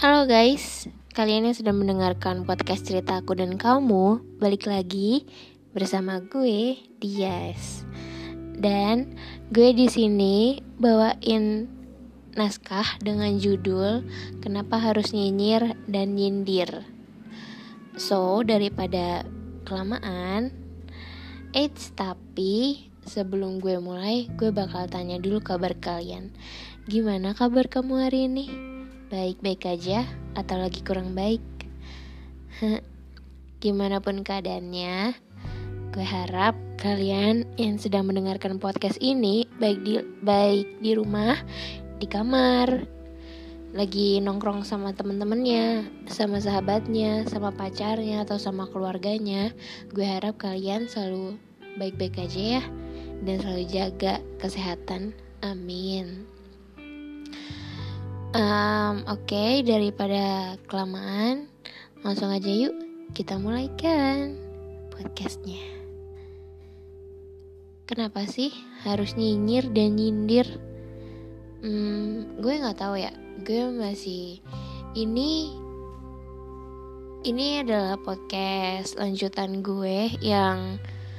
Halo guys, kalian yang sedang mendengarkan podcast cerita aku dan kamu, balik lagi bersama gue, Dias. Dan gue di sini bawain naskah dengan judul Kenapa Harus Nyinyir dan Nyindir. So, daripada kelamaan, tapi sebelum gue mulai, gue bakal tanya dulu kabar kalian. Gimana kabar kamu hari ini? Baik-baik aja atau lagi kurang baik? Gimana pun keadaannya, gue harap kalian yang sedang mendengarkan podcast ini baik di rumah, di kamar, lagi nongkrong sama temen-temennya, sama sahabatnya, sama pacarnya, atau sama keluarganya. Gue harap kalian selalu baik-baik aja ya, dan selalu jaga kesehatan. Amin. Oke, daripada kelamaan, langsung aja yuk kita mulaikan podcastnya. Kenapa sih harus nyinyir dan nyindir? Gue nggak tahu ya. Gue masih ini adalah podcast lanjutan gue yang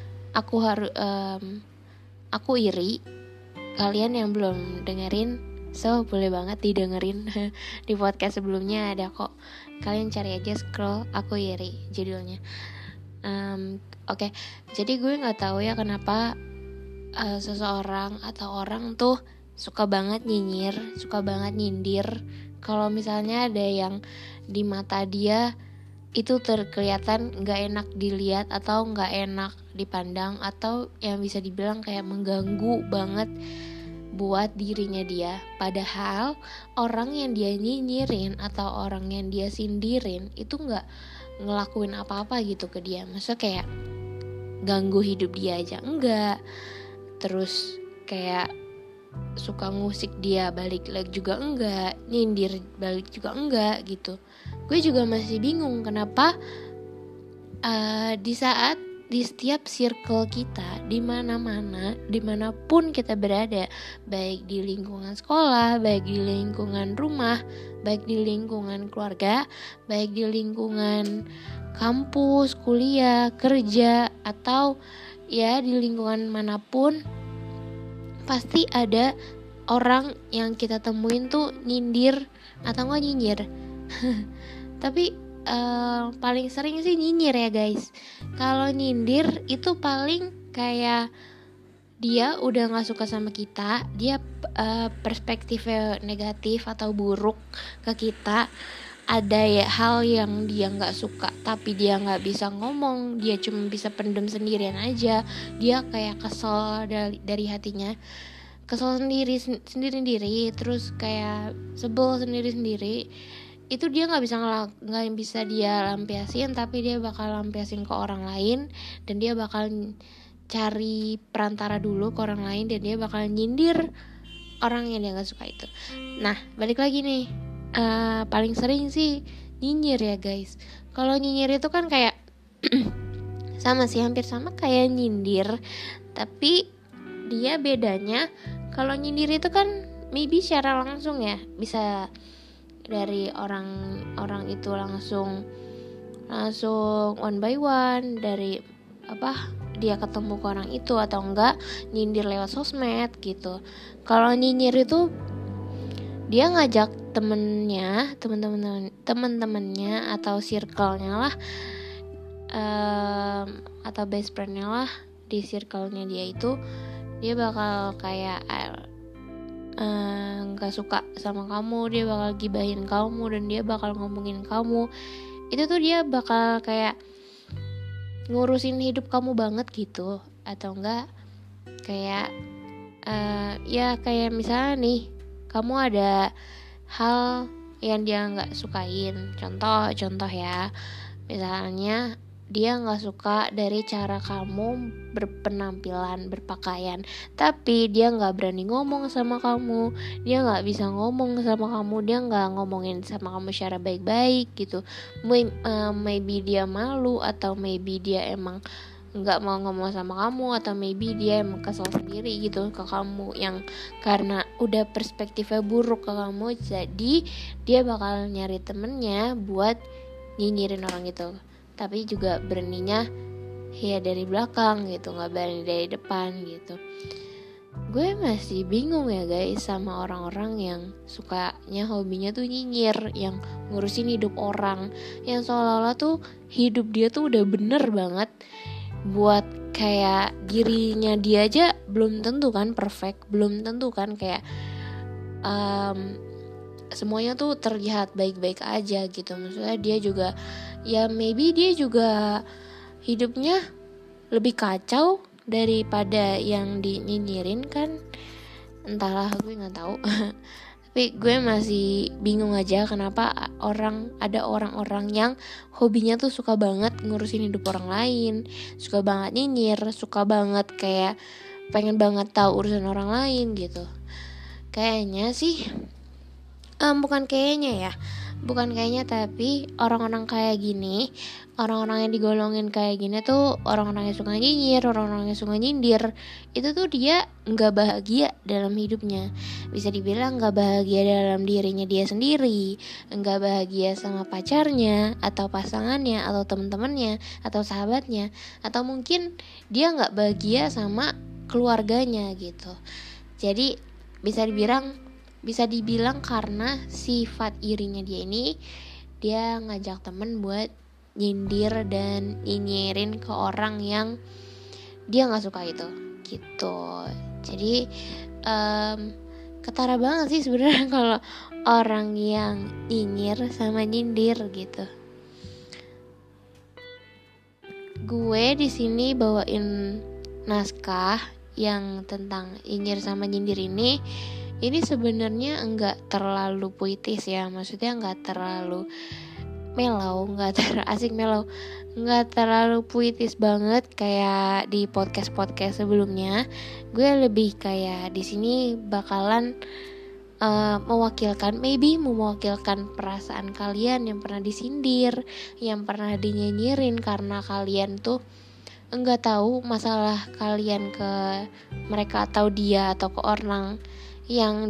aku iri. Kalian yang belum dengerin, so boleh banget didengerin. Di podcast sebelumnya ada kok. Kalian cari aja, scroll Aku Iri judulnya. Oke. Jadi gue nggak tahu ya kenapa seseorang atau orang tuh suka banget nyinyir, suka banget nyindir. Kalau misalnya ada yang di mata dia itu terkelihatan nggak enak dilihat atau nggak enak dipandang, atau yang bisa dibilang kayak mengganggu banget buat dirinya dia. Padahal orang yang dia nyinyirin atau orang yang dia sindirin itu gak ngelakuin apa-apa gitu ke dia. Maksudnya kayak ganggu hidup dia aja enggak, terus kayak suka ngusik dia balik lagi juga enggak, nyindir balik juga enggak gitu. Gue juga masih bingung kenapa di setiap circle kita, di mana-mana, dimanapun kita berada, baik di lingkungan sekolah, baik di lingkungan rumah, baik di lingkungan keluarga, baik di lingkungan kampus, kuliah, kerja, atau ya di lingkungan manapun, pasti ada orang yang kita temuin tuh nyindir atau nggak nyinyir. Tapi paling sering sih nyinyir ya guys. Kalau nyindir itu paling kayak dia udah gak suka sama kita, dia perspektifnya negatif atau buruk ke kita. Ada ya hal yang dia gak suka tapi dia gak bisa ngomong, dia cuma bisa pendem sendirian aja. Dia kayak kesel dari hatinya, kesel sendiri, terus kayak sebel sendiri. Itu dia nggak bisa dia lampiasin, tapi dia bakal lampiasin ke orang lain, dan dia bakal cari perantara dulu ke orang lain, dan dia bakal nyindir orang yang dia nggak suka itu. Nah, balik lagi nih, paling sering sih nyinyir ya guys. Kalau nyinyir itu kan kayak hampir sama kayak nyindir, tapi dia bedanya kalau nyindir itu kan maybe secara langsung ya, bisa dari orang itu langsung one by one, dari dia ketemu ke orang itu, atau enggak nyindir lewat sosmed gitu. Kalau nyinyir itu dia ngajak temen-temennya atau circle-nya lah, atau best friend-nya lah di circle-nya dia itu. Dia bakal kayak gak suka sama kamu, dia bakal gibahin kamu, dan dia bakal ngomongin kamu. Itu tuh dia bakal kayak ngurusin hidup kamu banget gitu. Atau enggak kayak ya kayak misalnya nih, kamu ada hal yang dia gak sukain. Contoh ya, misalnya dia gak suka dari cara kamu berpenampilan, berpakaian, tapi dia gak berani ngomong sama kamu, dia gak bisa ngomong sama kamu, dia gak ngomongin sama kamu secara baik-baik gitu. Maybe dia malu, atau maybe dia emang nggak mau ngomong sama kamu, atau maybe dia emang kesel sendiri gitu ke kamu, yang karena udah perspektifnya buruk ke kamu, jadi dia bakal nyari temennya buat nyinyirin orang itu. Tapi juga beraninya ya dari belakang gitu, nggak berani dari depan gitu. Gue masih bingung ya guys sama orang-orang yang sukanya hobinya tuh nyinyir, yang ngurusin hidup orang, yang seolah-olah tuh hidup dia tuh udah bener banget, buat kayak dirinya dia aja belum tentu kan perfect, belum tentu kan kayak semuanya tuh terlihat baik-baik aja gitu. Maksudnya dia juga ya maybe dia juga hidupnya lebih kacau daripada yang dinyinyirin kan, entahlah, gue nggak tahu. Tapi gue masih bingung aja kenapa ada orang-orang yang hobinya tuh suka banget ngurusin hidup orang lain, suka banget nyinyir, suka banget kayak pengen banget tahu urusan orang lain gitu. Kayaknya sih bukan kayaknya tapi orang-orang kayak gini, orang-orang yang digolongin kayak gini tuh orang-orang yang suka nyinyir, orang-orang yang suka nyindir, itu tuh dia nggak bahagia dalam hidupnya. Bisa dibilang nggak bahagia dalam dirinya dia sendiri, nggak bahagia sama pacarnya atau pasangannya atau teman-temannya atau sahabatnya, atau mungkin dia nggak bahagia sama keluarganya gitu. Jadi bisa dibilang karena sifat irinya dia ini, dia ngajak temen buat nyindir dan nyinyirin ke orang yang dia gak suka itu gitu. Jadi ketara banget sih sebenarnya kalau orang yang nyinyir sama nyindir gitu. Gue di sini bawain naskah yang tentang nyinyir sama nyindir ini sebenarnya enggak terlalu puitis ya, maksudnya enggak terlalu mellow, enggak terlalu asik mellow, enggak terlalu puitis banget kayak di podcast sebelumnya. Gue lebih kayak di sini bakalan mewakilkan perasaan kalian yang pernah disindir, yang pernah dinyinyirin karena kalian tuh enggak tahu masalah kalian ke mereka atau dia atau ke orang yang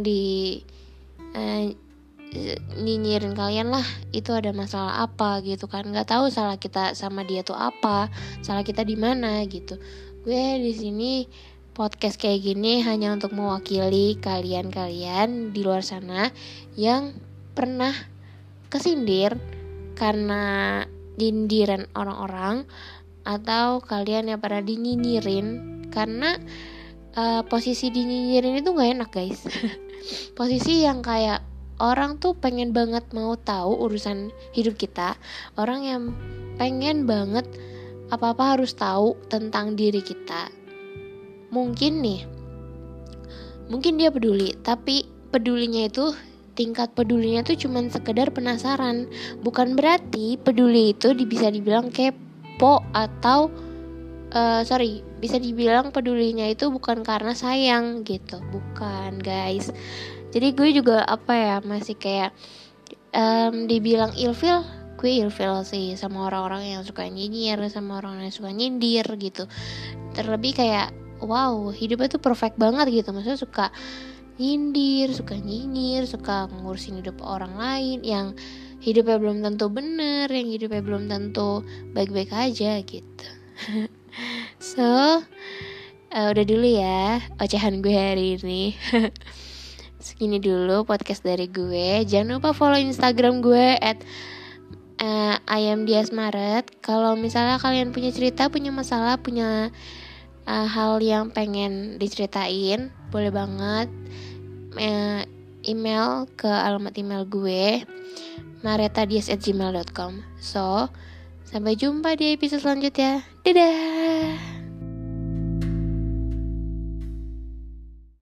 nyinyirin kalian lah, itu ada masalah apa gitu kan, nggak tahu salah kita sama dia tuh apa, salah kita di mana gitu. Gue di sini podcast kayak gini hanya untuk mewakili kalian di luar sana yang pernah kesindir karena nyindiran orang-orang, atau kalian yang pernah dinyinyirin karena posisi dinyinyirin itu gak enak guys. Posisi yang kayak orang tuh pengen banget mau tahu urusan hidup kita, orang yang pengen banget apa-apa harus tahu tentang diri kita. Mungkin dia peduli, tapi pedulinya itu, tingkat pedulinya tuh cuman sekedar penasaran. Bukan berarti peduli itu bisa dibilang kepo atau bisa dibilang pedulinya itu bukan karena sayang gitu, bukan guys. Jadi gue juga masih kayak dibilang ilfil, gue ilfil sih sama orang-orang yang suka nyinyir, sama orang yang suka nyindir gitu. Terlebih kayak wow, hidupnya tuh perfect banget gitu, maksudnya suka nyindir, suka nyinyir, suka ngurusin hidup orang lain yang hidupnya belum tentu bener, yang hidupnya belum tentu baik-baik aja gitu. So, udah dulu ya ocehan gue hari ini. Segini dulu podcast dari gue. Jangan lupa follow Instagram gue @ayamdiasmaret. Kalau misalnya kalian punya cerita, punya masalah, punya hal yang pengen diceritain, boleh banget email ke alamat email gue maretadias@gmail.com. So, sampai jumpa di episode selanjutnya. Dadah.